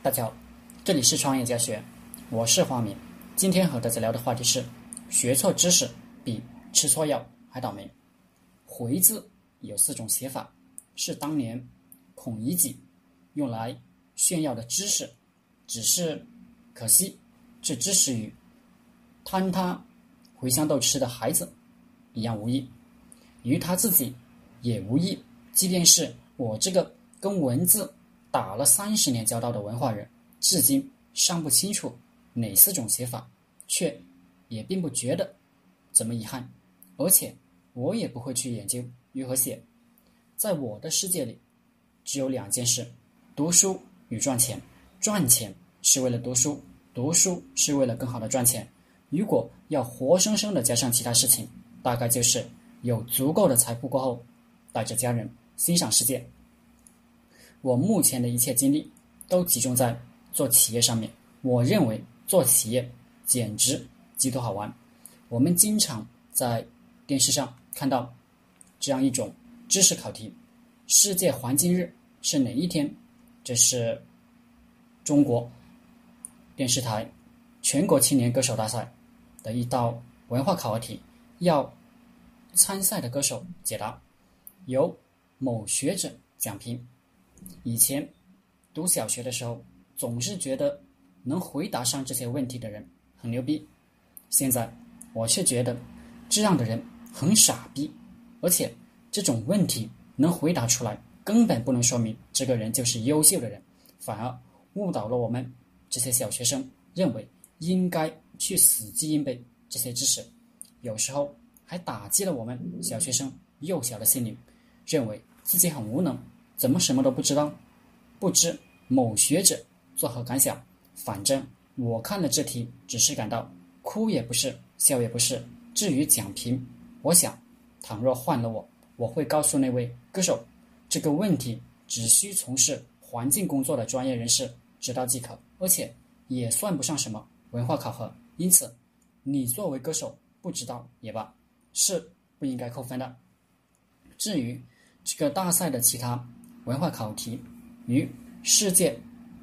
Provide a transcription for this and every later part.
大家好，这里是创业家学，我是花明。今天和大家聊的话题是：学错知识比吃错药还倒霉。回字有4种写法，是当年孔乙己用来炫耀的知识，只是可惜这知识与坍他茴香豆吃的孩子一样无益，与他自己也无益。即便是我这个跟文字打了30年交道的文化人，至今尚不清楚哪4种写法，却也并不觉得怎么遗憾，而且我也不会去研究如何写。在我的世界里，只有2件事：读书与赚钱。赚钱是为了读书，读书是为了更好的赚钱。如果要活生生的加上其他事情，大概就是有足够的财富过后，带着家人欣赏世界。我目前的一切精力都集中在做企业上面。我认为做企业简直极度好玩。我们经常在电视上看到这样一种知识考题：世界环境日是哪一天？这是中国电视台全国青年歌手大赛的一道文化考核题，要参赛的歌手解答，由某学者讲评。以前读小学的时候，总是觉得能回答上这些问题的人很牛逼，现在我却觉得这样的人很傻逼，而且这种问题能回答出来，根本不能说明这个人就是优秀的人，反而误导了我们这些小学生，认为应该去死记硬背这些知识，有时候还打击了我们小学生幼小的心灵，认为自己很无能，怎么什么都不知道？不知某学者作何感想？反正我看了这题，只是感到哭也不是，笑也不是。至于讲评，我想，倘若换了我，我会告诉那位歌手，这个问题只需从事环境工作的专业人士知道即可，而且也算不上什么文化考核。因此，你作为歌手不知道也罢，是不应该扣分的。至于这个大赛的其他文化考题，与世界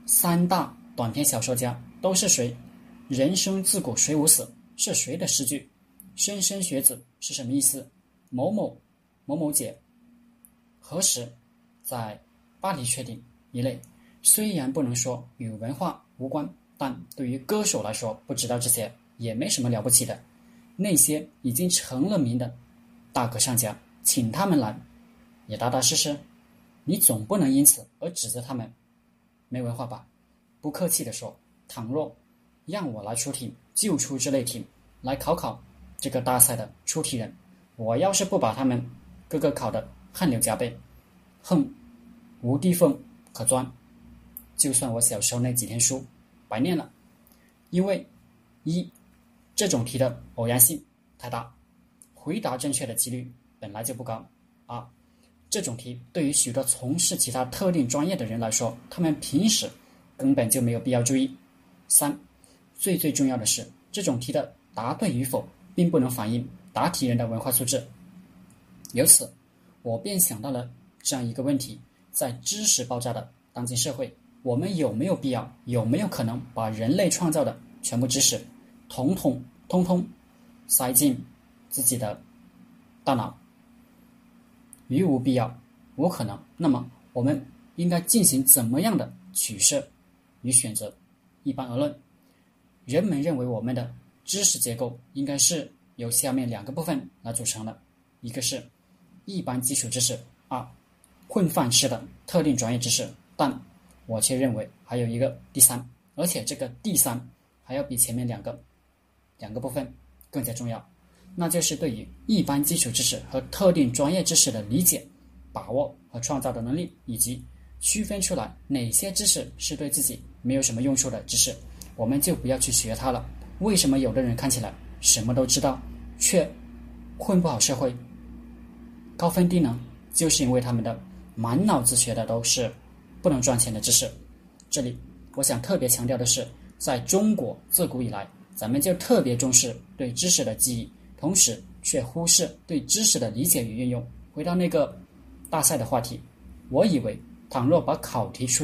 3大短篇小说家都是谁？人生自古谁无死是谁的诗句？莘莘学子是什么意思？某某某某姐何时在巴黎确定一类？虽然不能说与文化无关，但对于歌手来说，不知道这些也没什么了不起的。那些已经成了名的大歌唱家，请他们来也踏踏实实，你总不能因此而指责他们没文化吧？不客气地说，倘若让我来出题，就出这类题来考这个大赛的出题人，我要是不把他们个个考得汗流浃背，恨无地缝可钻，就算我小时候那几天书白念了。因为这种题的偶然性太大，回答正确的几率本来就不高。这种题对于许多从事其他特定专业的人来说，他们平时根本就没有必要注意。3，最重要的是，这种题的答对与否并不能反映答题人的文化素质。由此，我便想到了这样一个问题：在知识爆炸的当今社会，我们有没有必要，有没有可能把人类创造的全部知识统统塞进自己的大脑？如无必要，无可能，那么我们应该进行怎么样的取舍与选择？一般而论，人们认为我们的知识结构应该是由下面2个部分来组成的，一个是一般基础知识，2混饭式的特定专业知识，但我却认为还有一个第3，而且这个第3还要比前面两个部分更加重要，那就是对于一般基础知识和特定专业知识的理解、把握和创造的能力，以及区分出来哪些知识是对自己没有什么用处的知识，我们就不要去学它了。为什么有的人看起来什么都知道，却混不好社会、高分低能？就是因为他们的满脑子学的都是不能赚钱的知识。这里我想特别强调的是，在中国自古以来，咱们就特别重视对知识的记忆，同时却忽视对知识的理解与运用。回到那个大赛的话题，我以为倘若把考题出在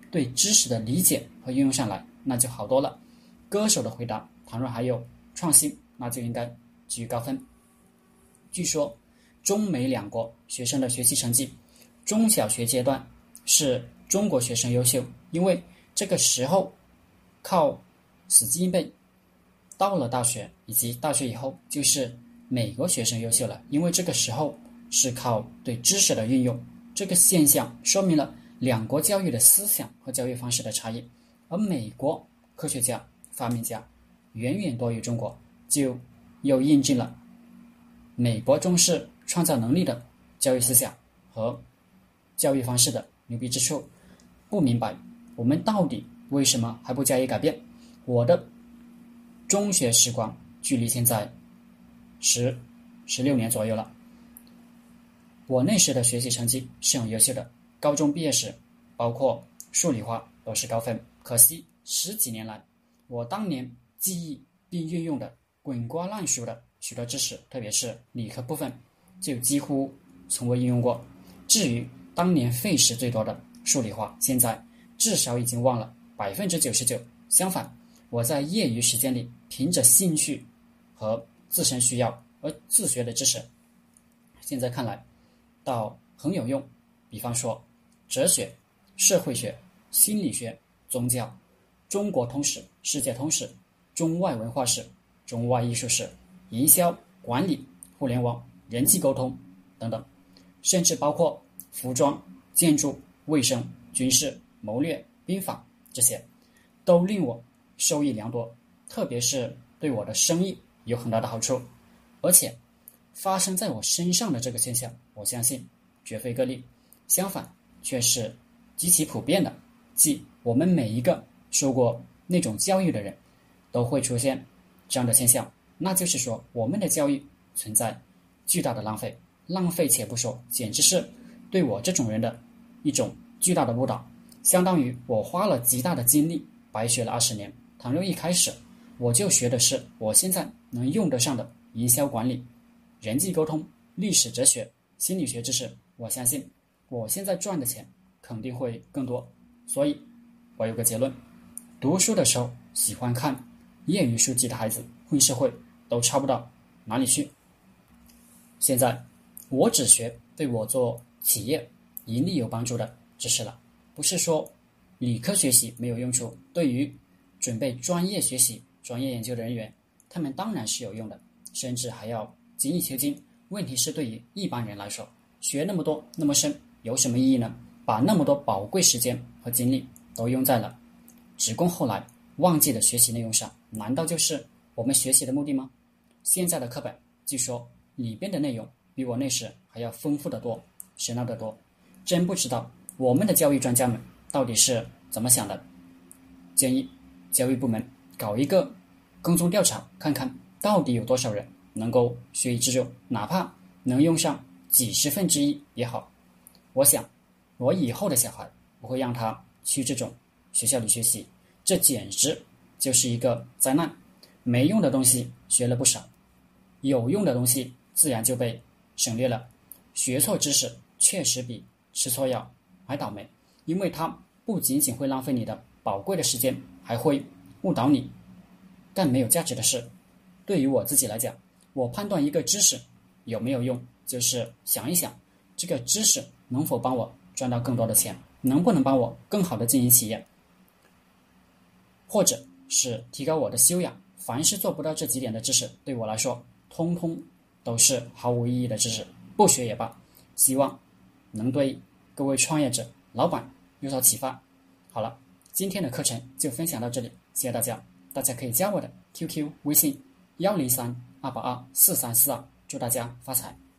对知识的理解和运用上来，那就好多了。歌手的回答，倘若还有创新，那就应该给予高分。据说中美两国学生的学习成绩，中小学阶段是中国学生优秀，因为这个时候靠死记硬背，到了大学以及大学以后就是美国学生优秀了，因为这个时候是靠对知识的运用。这个现象说明了两国教育的思想和教育方式的差异，而美国科学家、发明家远远多于中国，就又印证了美国重视创造能力的教育思想和教育方式的牛逼之处。不明白我们到底为什么还不加以改变？我的中学时光距离现在16年左右了，我那时的学习成绩是很优秀的，高中毕业时包括数理化都是高分。可惜10几年来，我当年记忆并运用的滚瓜烂熟的许多知识，特别是理科部分，就几乎从未应用过。至于当年费时最多的数理化，现在至少已经忘了99%。相反，我在业余时间里凭着兴趣和自身需要而自学的知识，现在看来倒很有用。比方说哲学、社会学、心理学、宗教、中国通史、世界通史、中外文化史、中外艺术史、营销管理、互联网、人际沟通等等，甚至包括服装、建筑、卫生、军事、谋略、兵法，这些都令我受益良多，特别是对我的生意有很大的好处。而且发生在我身上的这个现象，我相信绝非个例，相反却是极其普遍的，即我们每一个受过那种教育的人都会出现这样的现象，那就是说我们的教育存在巨大的浪费。浪费且不说，简直是对我这种人的一种巨大的误导，相当于我花了极大的精力白学了20年。倘若一开始我就学的是我现在能用得上的营销管理、人际沟通、历史哲学、心理学知识，我相信我现在赚的钱肯定会更多。所以我有个结论，读书的时候喜欢看业余书籍的孩子混社会都差不到哪里去。现在我只学对我做企业盈利有帮助的知识了，不是说理科学习没有用处，对于准备专业学习、专业研究的人员，他们当然是有用的，甚至还要精益求精。问题是对于一般人来说，学那么多那么深有什么意义呢？把那么多宝贵时间和精力都用在了只供后来忘记的学习内容上，难道就是我们学习的目的吗？现在的课本据说里边的内容比我那时还要丰富得多，深奥得多，真不知道我们的教育专家们到底是怎么想的。建议教育部门搞一个跟踪调查，看看到底有多少人能够学以致用，哪怕能用上几1/10也好。我想我以后的小孩不会让他去这种学校里学习，这简直就是一个灾难。没用的东西学了不少，有用的东西自然就被省略了。学错知识确实比吃错药还倒霉，因为它不仅仅会浪费你的宝贵的时间，还会误导你干没有价值的事。对于我自己来讲，我判断一个知识有没有用，就是想一想这个知识能否帮我赚到更多的钱，能不能帮我更好的经营企业，或者是提高我的修养。凡是做不到这几点的知识，对我来说通通都是毫无意义的知识，不学也罢。希望能对各位创业者、老板有所启发。好了，今天的课程就分享到这里，谢谢大家。大家可以加我的 QQ 微信103-282-4342，祝大家发财。